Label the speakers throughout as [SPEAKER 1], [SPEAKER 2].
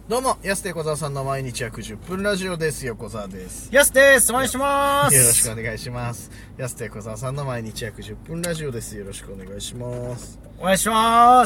[SPEAKER 1] どうも、安手小沢さんの毎日約10分ラジオです。横澤です。
[SPEAKER 2] やすです。お願いします。
[SPEAKER 1] よろしくお願いします。安手小沢さんの毎日約10分ラジオです。よろしくお願いします。
[SPEAKER 2] お願いします。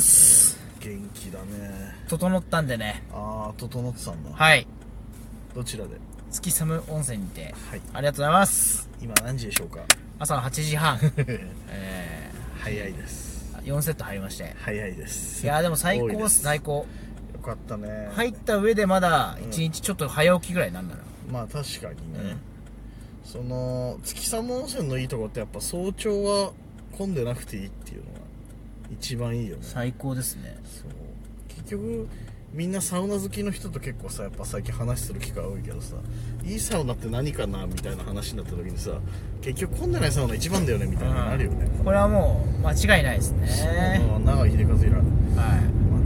[SPEAKER 1] 元気だね。
[SPEAKER 2] 整ったんでね。
[SPEAKER 1] 整ってたんだ。
[SPEAKER 2] はい。
[SPEAKER 1] どちらで？
[SPEAKER 2] 月寒温泉にて。
[SPEAKER 1] はい。
[SPEAKER 2] ありがとうございます。
[SPEAKER 1] 今何時でしょうか？
[SPEAKER 2] 朝の8時半。
[SPEAKER 1] 早いです。
[SPEAKER 2] 4セット入りまして。
[SPEAKER 1] 早いです。
[SPEAKER 2] いやでも最高です、最高。
[SPEAKER 1] よかったね。
[SPEAKER 2] 入った上でまだ1日ちょっと早起きぐらいなんだろう。
[SPEAKER 1] まあ確かにね。その月寒温泉のいいとこってやっぱ早朝は混んでなくていいっていうのが一番いいよね。
[SPEAKER 2] 最高ですね。
[SPEAKER 1] そう結局みんなサウナ好きの人と結構さやっぱ最近話する機会多いけどさ、いいサウナって何かなみたいな話になった時にさ、結局混んでないサウナ一番だよねみたいなのあるよね。
[SPEAKER 2] これはもう間違いないですね。
[SPEAKER 1] 長井秀和以来、はい、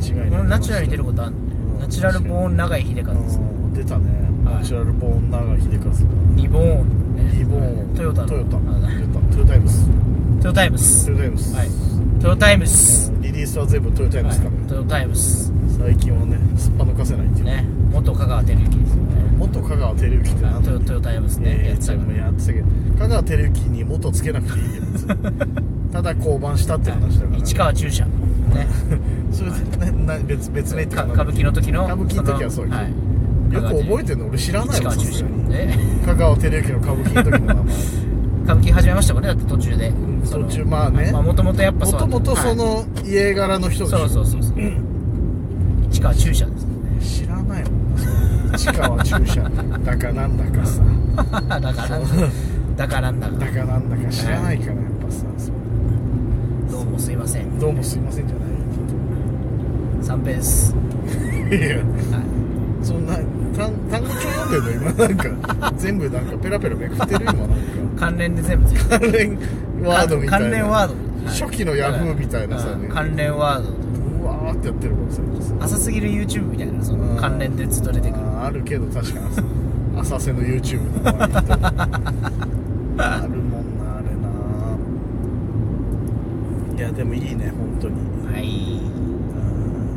[SPEAKER 1] 間違いない。
[SPEAKER 2] このナチュラルに出ることはナチュラルボーン長井秀和ですね。
[SPEAKER 1] 出たね、ナチュラルボーン長井秀和。
[SPEAKER 2] リボーン、
[SPEAKER 1] リボーン、
[SPEAKER 2] トヨタの
[SPEAKER 1] トヨタイムス、
[SPEAKER 2] トヨタイムス、
[SPEAKER 1] トヨタイムス、
[SPEAKER 2] はい、トヨタイムス、
[SPEAKER 1] リリースは全部トヨタイムスから、
[SPEAKER 2] トヨタイムス。
[SPEAKER 1] 最近はねすっぱ抜かせないっていう
[SPEAKER 2] ね。元香川照之ですよね。
[SPEAKER 1] 元香川照之って何だ？
[SPEAKER 2] トヨタイムスね、
[SPEAKER 1] やってたけど、香川照之に元つけなくていいよ別にただ降板したって話だから。
[SPEAKER 2] 市川中車ね
[SPEAKER 1] それで別名っていうか
[SPEAKER 2] 歌舞伎の時の、
[SPEAKER 1] 歌舞伎の時はそういう、はい、よく覚えてんの俺知らないもん。さすがに香川照之の歌舞伎の時の名前
[SPEAKER 2] 歌舞伎始めましたもんね、だって途中で。
[SPEAKER 1] 途中まあね、
[SPEAKER 2] もともとやっぱ
[SPEAKER 1] もともとその家柄の人でしょ。
[SPEAKER 2] そう市川中車ですね。
[SPEAKER 1] 知らないもんな市川中車だかなんだかさ
[SPEAKER 2] だかなんだか
[SPEAKER 1] 知らないからやっぱさ、
[SPEAKER 2] どうもすいません。
[SPEAKER 1] どうもすいませんじゃないよ。
[SPEAKER 2] 三平です。
[SPEAKER 1] いや、そんな単語帳読んでるの今なんか全部なんかペラペラめくってる今なんか
[SPEAKER 2] 関連で全部
[SPEAKER 1] 関連ワードみたいな、
[SPEAKER 2] 関連ワード、
[SPEAKER 1] 初期のヤフーみたいなさ、
[SPEAKER 2] 関連ワード
[SPEAKER 1] うわーってやってるからさ、
[SPEAKER 2] 浅すぎる YouTube みたいな、その関連でずっと出てくる。
[SPEAKER 1] あるけど確かに浅瀬の YouTube の周りとあるもんなあれな。いやでもいいね本当に。
[SPEAKER 2] はい。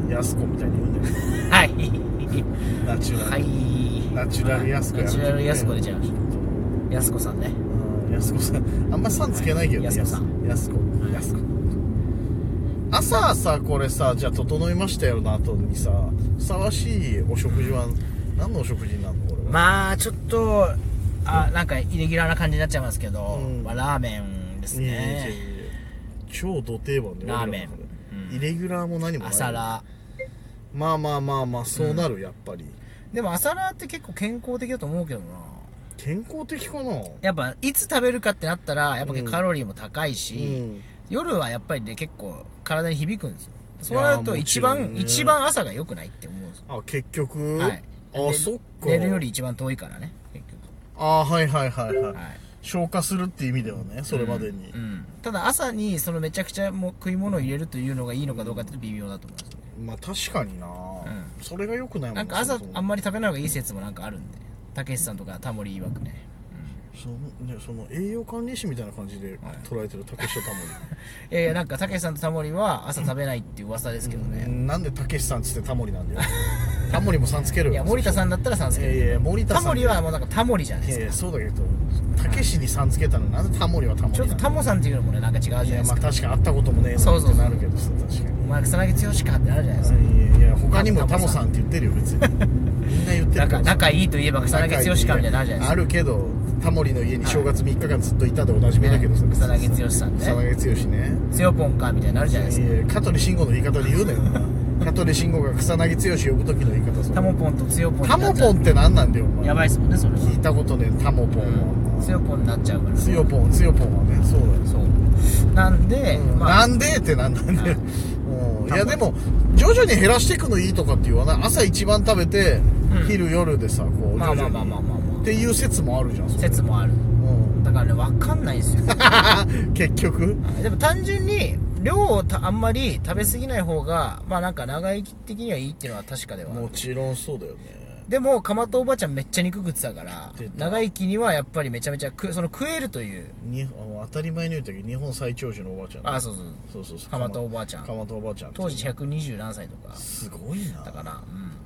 [SPEAKER 1] やすこみたいに言うんだよね。
[SPEAKER 2] はい。
[SPEAKER 1] ナチュラル、はい、ナチュラルやすこやる、
[SPEAKER 2] ナチュラルやすこ出ちゃいました。やすこさんね。
[SPEAKER 1] やすこさんあんまさんつけないけどね。やすこさん、やすこ、やすこ。朝さこれさ、じゃあ整いましたよの後にさ、ふさわしいお食事は何のお食事になるのこれは。
[SPEAKER 2] まあちょっとなんかイレギュラーな感じになっちゃいますけど、まあ、ラーメンですね。
[SPEAKER 1] 超ド定番だよ
[SPEAKER 2] ラーメ
[SPEAKER 1] ン、イレギュラーも何もない。
[SPEAKER 2] 朝ラー、
[SPEAKER 1] まあそうなる、やっぱり。
[SPEAKER 2] でも朝ラーって結構健康的だと思うけどな。
[SPEAKER 1] 健康的かな。や
[SPEAKER 2] っぱいつ食べるかってなったらやっぱカロリーも高いし、夜はやっぱりね結構体に響くんですよ。そうなると一番朝が良くないって思うんですよ。
[SPEAKER 1] 結局、
[SPEAKER 2] はい、
[SPEAKER 1] そっか。
[SPEAKER 2] 寝るより一番遠いからね結局。
[SPEAKER 1] はい消化するっていう意味ではね、それまでに、
[SPEAKER 2] ただ朝にそのめちゃくちゃもう食い物を入れるというのがいいのかどうかって微妙だと思うんですよ。
[SPEAKER 1] まあ確かにな、それが良くないもん。
[SPEAKER 2] なんか朝あんまり食べない方がいい説もなんかあるんで、たけしさんとかタモリ曰くね、
[SPEAKER 1] その栄養管理士みたいな感じで捉えてるたけしとタモ
[SPEAKER 2] リ。いやなんかたけしさんとタモリは朝食べないっていう噂ですけどね。
[SPEAKER 1] なんでたけしさんっつってタモリなんだよ。タモリもさんつける。
[SPEAKER 2] いや森田さんだったらさんつける。タモリはもうなんかタモリじゃないですか。
[SPEAKER 1] いやそうだけどたけしにさんつけたのなんでタモリはタモリ。
[SPEAKER 2] ちょっとタモさんっていうのもねなんか違うじゃないですか。
[SPEAKER 1] まあ確かに会ったこともねえなってなるけどさ、確かに。
[SPEAKER 2] お前草薙剛かってなるじゃないですか。
[SPEAKER 1] いや他にもタモさんって言ってるよ別に。みんな言ってるから。
[SPEAKER 2] 仲いいといえば草薙剛かみたいなのあるじゃないですか。あ
[SPEAKER 1] るけどタモリの家に正月3日間ずっといたでおなじみだけどさ、
[SPEAKER 2] 草薙剛さんね。
[SPEAKER 1] 草薙剛ね。
[SPEAKER 2] つよぽんかみたいになるじゃないですか。
[SPEAKER 1] 香取慎吾の言い方で言うなよな。香取慎吾が草薙剛呼ぶ時の言い方。
[SPEAKER 2] タモポンとつよぽん。
[SPEAKER 1] タモポンって何なんだよお前。
[SPEAKER 2] やばいっすもんねそれ。
[SPEAKER 1] 聞いたことねタモポンは。
[SPEAKER 2] つよぽんになっちゃうから。
[SPEAKER 1] つよぽんはね、そうだよ。
[SPEAKER 2] そうなんで、
[SPEAKER 1] なんでってなんなんだよ。いやでも徐々に減らしていくのいいとかっていうわな。朝一番食べて、昼夜でさこう徐々にっていう説もあるじゃん。
[SPEAKER 2] 説もある。だからね分かんないんですよ。
[SPEAKER 1] 結局。
[SPEAKER 2] でも単純に量をあんまり食べ過ぎない方がまあなんか長生き的にはいいっていうのは確かではある。
[SPEAKER 1] もちろんそうだよね。
[SPEAKER 2] でも蒲田おばちゃんめっちゃ肉食ってたから長生きにはやっぱりめちゃめちゃその食えるという
[SPEAKER 1] 当たり前に言うたけど日本最長寿のおばあちゃん。
[SPEAKER 2] そう蒲田おばあちゃん。
[SPEAKER 1] 蒲田おばあちゃん
[SPEAKER 2] 当時120何歳とか
[SPEAKER 1] すごいな。
[SPEAKER 2] だから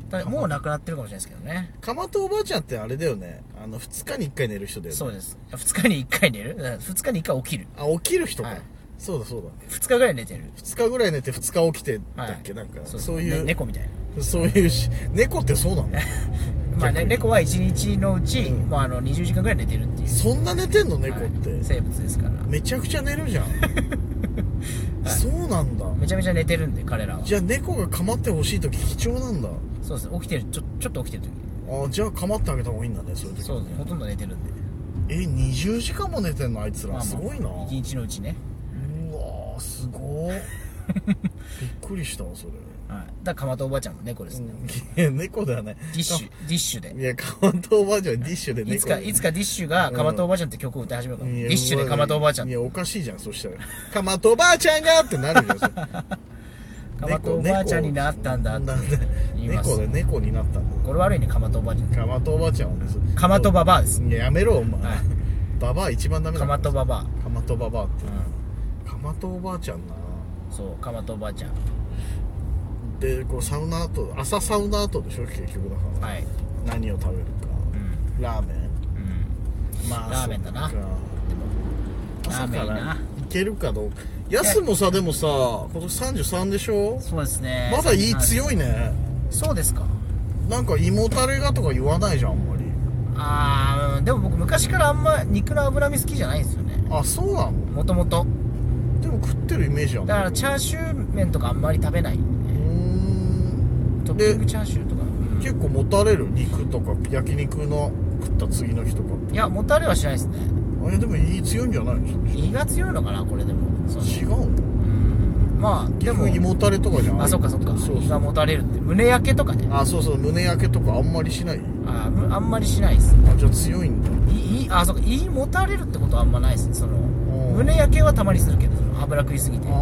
[SPEAKER 2] もう亡くなってるかもしれないですけどね。
[SPEAKER 1] かまとおばあちゃんってあれだよね、2日に1回寝る人だよね。
[SPEAKER 2] そうです。2日に1回寝る ?2 日に1回起きる。
[SPEAKER 1] 起きる人か。そうだそうだ。
[SPEAKER 2] 2日ぐらい寝てる。
[SPEAKER 1] 2日ぐらい寝て2日起きてだっけ、なんか、そういう。
[SPEAKER 2] 猫みたいな。
[SPEAKER 1] そういう猫ってそうなの
[SPEAKER 2] まあね、猫は1日のうち、もう20時間ぐらい寝てるっていう。
[SPEAKER 1] そんな寝てんの猫って。
[SPEAKER 2] 生物ですから。
[SPEAKER 1] めちゃくちゃ寝るじゃん。そうなんだ。
[SPEAKER 2] めちゃめちゃ寝てるんで、彼らは。
[SPEAKER 1] じゃあ猫が構ってほしい時貴重なんだ。
[SPEAKER 2] そうです。起きてる、ちょっと起きてる時。
[SPEAKER 1] じゃあ構ってあげた方がいいんだね、そういう時。
[SPEAKER 2] そうですね。ほとんど寝てるんで。
[SPEAKER 1] 20時間も寝てんのあいつら。すごいな。
[SPEAKER 2] 1日のうちね。
[SPEAKER 1] うわー、すごー。びっくりしたわ、それ。
[SPEAKER 2] はい。だからかまとおばあちゃんも猫ですね。
[SPEAKER 1] いや、猫ではない。
[SPEAKER 2] ディッシュで。
[SPEAKER 1] いや、かまとおばあちゃんはディッシュで猫。
[SPEAKER 2] いつかディッシュがかまとおばあちゃんって曲を歌い始めるから。ディッシュでかまとおばあちゃん。
[SPEAKER 1] いや、おかしいじゃん、そしたら。かまとおばあちゃんがってなるじゃん。
[SPEAKER 2] かまとおばあちゃんになったんだって言います。
[SPEAKER 1] 猫になったんだ。
[SPEAKER 2] これ悪いね、かまとおばあちゃん。
[SPEAKER 1] かまとおばあちゃんはです。
[SPEAKER 2] かまとババアです。
[SPEAKER 1] いや、やめろ、お前。ババア一番ダメだ。
[SPEAKER 2] かまとババア。
[SPEAKER 1] かまとババアって。かまとおばあちゃんな。
[SPEAKER 2] そう、かまとおばあちゃん。
[SPEAKER 1] で、こうサウナ後、朝サウナ後でしょ、結局だから。はい。何を食べるか。ラーメン。まあ、
[SPEAKER 2] ラーメンだな。
[SPEAKER 1] 朝からいけるかどうか。ヤスもさ、でもさ、今年33でしょ。
[SPEAKER 2] そうですね。
[SPEAKER 1] まだ強いね。
[SPEAKER 2] そうですか。
[SPEAKER 1] なんか胃もたれがとか言わないじゃん、あんまり。
[SPEAKER 2] でも僕昔からあんま肉の脂身好きじゃないんですよね。
[SPEAKER 1] そうなの？
[SPEAKER 2] もともと。
[SPEAKER 1] でも食ってるイメージある。
[SPEAKER 2] だからチャーシュー麺とかあんまり食べない。トッピングチャーシューとか。
[SPEAKER 1] 結構もたれる肉とか焼肉の食った次の日とか。
[SPEAKER 2] いや、もたれはしないですね。
[SPEAKER 1] でも胃強いんじゃないの？
[SPEAKER 2] 胃が強いのかな、これでも。
[SPEAKER 1] 違うの？
[SPEAKER 2] まあでも
[SPEAKER 1] 胃もたれとかじゃん。
[SPEAKER 2] そっか。胃がもたれるって胸焼けとかね。
[SPEAKER 1] そう、胸焼けとかあんまりしない。
[SPEAKER 2] あんまりしないです。
[SPEAKER 1] じゃあ強いんだ。
[SPEAKER 2] そうか、胃もたれるってことはあんまないですね。胸焼けはたまにするけど、油食いすぎて。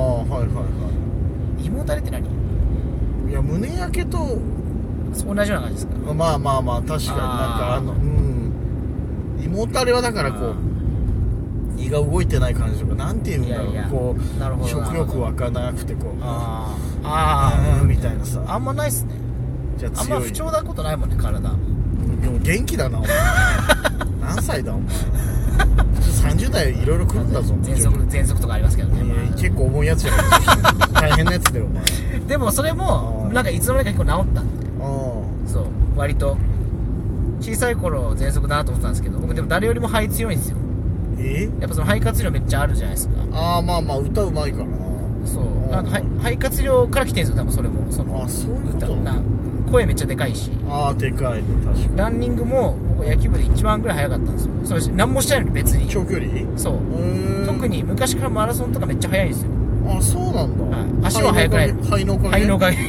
[SPEAKER 2] 胃もたれって何？
[SPEAKER 1] いや、胸焼けと
[SPEAKER 2] 同じような感じですか？
[SPEAKER 1] まあ確かになんか胃もたれはだからこう胃が動いてない感じとか、なんていうんだろう、こう食欲湧かなくてこうみたいなさ、
[SPEAKER 2] あんまないっすね。
[SPEAKER 1] じゃあ
[SPEAKER 2] 強い。あんま不調なことないもんね、体。で
[SPEAKER 1] も元気だな、お前。何歳だお前。30代いろいろ来るんだぞ。
[SPEAKER 2] 喘息とかありますけどね。
[SPEAKER 1] 結構重いやつじゃない。大変なやつだよお前。
[SPEAKER 2] でもそれもなんかいつの間にか結構治ったんで。そう、割と小さい頃喘息だなと思ってたんですけど、僕でも誰よりも肺強いんですよ。やっぱその肺活量めっちゃあるじゃないですか。
[SPEAKER 1] まあ歌うまいからな。
[SPEAKER 2] そう、なんか肺活量から来てるんですよ、多分それも。
[SPEAKER 1] そういうことな。
[SPEAKER 2] 声めっちゃでかいし。
[SPEAKER 1] でかいね、確かに。
[SPEAKER 2] ランニングも僕野球部で一番ぐらい速かったんですよ。そう、何もしてないのに別に。
[SPEAKER 1] 長距離？
[SPEAKER 2] そう。特に昔からマラソンとかめっちゃ速いんですよ。
[SPEAKER 1] そうなんだ。
[SPEAKER 2] 足は速くない。
[SPEAKER 1] 肺のおかげ。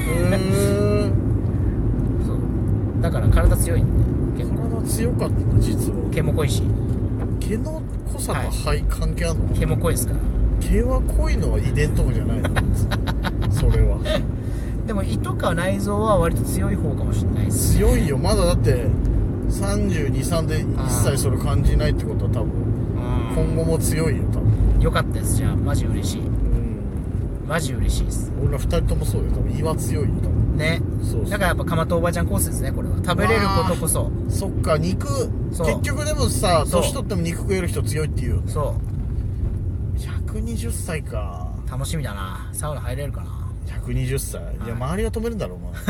[SPEAKER 2] そう。だから体強いんで。
[SPEAKER 1] 体強かった、実は。
[SPEAKER 2] 毛も濃いし。
[SPEAKER 1] 毛の濃さと肺関係あるの？
[SPEAKER 2] 毛も濃いですから。
[SPEAKER 1] 毛は濃いのは遺伝とかじゃないの？それは。
[SPEAKER 2] でも胃とか内臓は割と強い方かもしれないです、
[SPEAKER 1] 強いよ。まだだって32、3で一切それ感じないってことは多分今後も強いよ、多分。
[SPEAKER 2] よかったです。じゃあマジ嬉しい。マジ嬉しいです。
[SPEAKER 1] 俺ら2人ともそうよ、多分胃は強いよ、多分
[SPEAKER 2] ね。だからやっぱかまとおばちゃんコースですね、これは。食べれることこそ。
[SPEAKER 1] そっか、肉結局でもさ、年取っても肉食える人強いっていう。
[SPEAKER 2] そう。
[SPEAKER 1] 120歳か。
[SPEAKER 2] 楽しみだな。サウナ入れるかな。
[SPEAKER 1] 120歳。いや、周りが止めるんだろ、お前。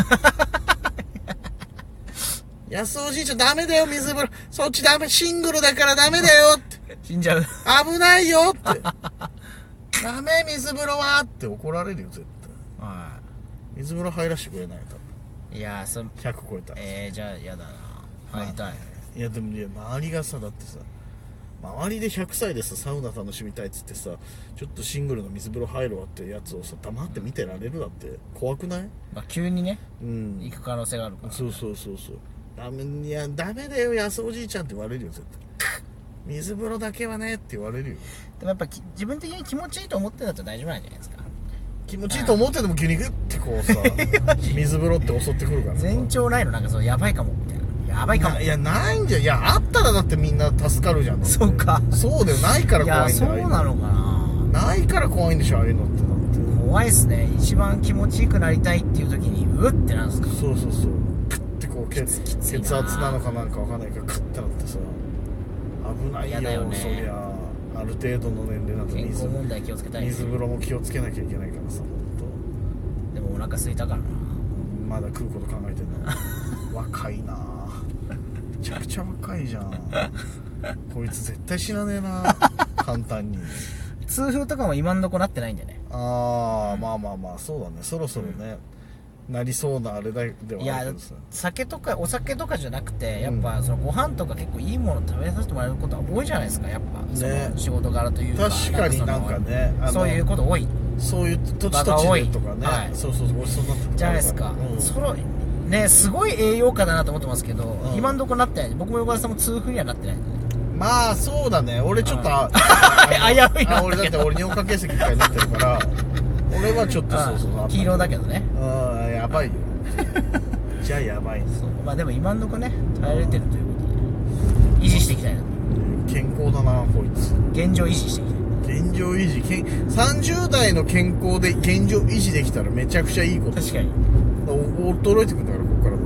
[SPEAKER 1] 安おじいちゃんダメだよ、水風呂。そっちダメ、シングルだからダメだよって。
[SPEAKER 2] 死んじゃう。
[SPEAKER 1] 危ないよって。ダメ、水風呂はって怒られるよ、絶対。水風呂入らせてくれないと。
[SPEAKER 2] いや、
[SPEAKER 1] 100超えた。
[SPEAKER 2] じゃあ、やだな。入りたい。
[SPEAKER 1] いや、でもね、周りがさ、だってさ、周りで100歳でさ、サウナ楽しみたいっつってさ、ちょっとシングルの水風呂入るわってやつをさ、黙って見てられるだって怖くない？
[SPEAKER 2] 急にね、行く可能性があるから、ね。
[SPEAKER 1] そう。ダメだよ、安おじいちゃんって言われるよ、絶対。水風呂だけはねって言われるよ。
[SPEAKER 2] でもやっぱ自分的に気持ちいいと思ってんだったら大丈夫なんじゃないですか。
[SPEAKER 1] 気持ちいいと思ってても急にグッてこうさ、水風呂って襲ってくるから。
[SPEAKER 2] 前兆ないの？なんかやばいかもみたいな。やばいかも。
[SPEAKER 1] いや、ないんじゃ。いや、あったらだってみんな助かるじゃん。
[SPEAKER 2] そうか。
[SPEAKER 1] そうだよ、ないから怖いんだよ。
[SPEAKER 2] いや、そうなのかな。
[SPEAKER 1] ないから怖いんでしょ、ああいうのって。だって
[SPEAKER 2] 怖いっすね。一番気持ちよくなりたいっていう時にうってなんですか。
[SPEAKER 1] そうそうそう、クッてこう血圧なのかなんかわかんないけどクッてなってさ、危ないよ。
[SPEAKER 2] だよね、
[SPEAKER 1] そりゃある程度の年齢だと
[SPEAKER 2] 健康問題気をつけたい、ね、
[SPEAKER 1] 水風呂も気をつけなきゃいけないからさ。
[SPEAKER 2] でもお腹空いたからな。
[SPEAKER 1] まだ食うこと考えてんの若いな、めちゃくちゃ若いじゃんこいつ絶対死なねえな簡単に。
[SPEAKER 2] 痛風とかも今んとこなってないんでね。
[SPEAKER 1] ああ、まあまあまあ、そうだね、そろそろね、なりそうなあれだではあるけどさ。
[SPEAKER 2] 酒とかお酒とかじゃなくて、やっぱそのご飯とか結構いいもの食べさせてもらえることは多いじゃないですか、やっぱ、ね、その仕事柄というか。
[SPEAKER 1] 確かになんかね、
[SPEAKER 2] そういうこと多い、
[SPEAKER 1] そういう土地土地でとかね、
[SPEAKER 2] はい、
[SPEAKER 1] そうそうそう、そうなって
[SPEAKER 2] じゃないですか、ね、すごい栄養価だなと思ってますけど、今んとこなってない。僕も横田さんも痛風にはなってないんでね。
[SPEAKER 1] まあそうだね、俺ちょっと
[SPEAKER 2] 危ういな。
[SPEAKER 1] 俺だって尿化形石みたいになってるから俺はちょっとそうそう
[SPEAKER 2] 黄色だけどね。
[SPEAKER 1] やばいよじゃあやばい。
[SPEAKER 2] まあでも今んとこね耐えれてるということで維持していきたいな。
[SPEAKER 1] 健康だなこいつ。
[SPEAKER 2] 現状維持していきたい。
[SPEAKER 1] 現状維持、30代の健康で現状維持できたらめちゃくちゃいいこと。
[SPEAKER 2] 確かに
[SPEAKER 1] 衰えてくんだからここからだって、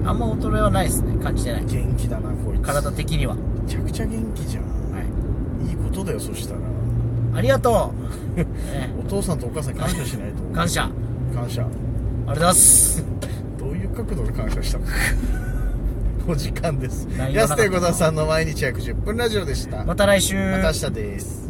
[SPEAKER 2] あんま衰えはないですね。感じてない。
[SPEAKER 1] 元気だなこいつ。
[SPEAKER 2] 体的には
[SPEAKER 1] めちゃくちゃ元気じゃん、はい、いいことだよ。そしたら
[SPEAKER 2] ありがとう
[SPEAKER 1] お父さんとお母さんに感謝しないと。
[SPEAKER 2] 感謝
[SPEAKER 1] ありがとうご
[SPEAKER 2] ざいます
[SPEAKER 1] どういう角度で感謝したのお時間です。安手小田さんの毎日約10分ラジオでした。
[SPEAKER 2] また来週。
[SPEAKER 1] また明日です。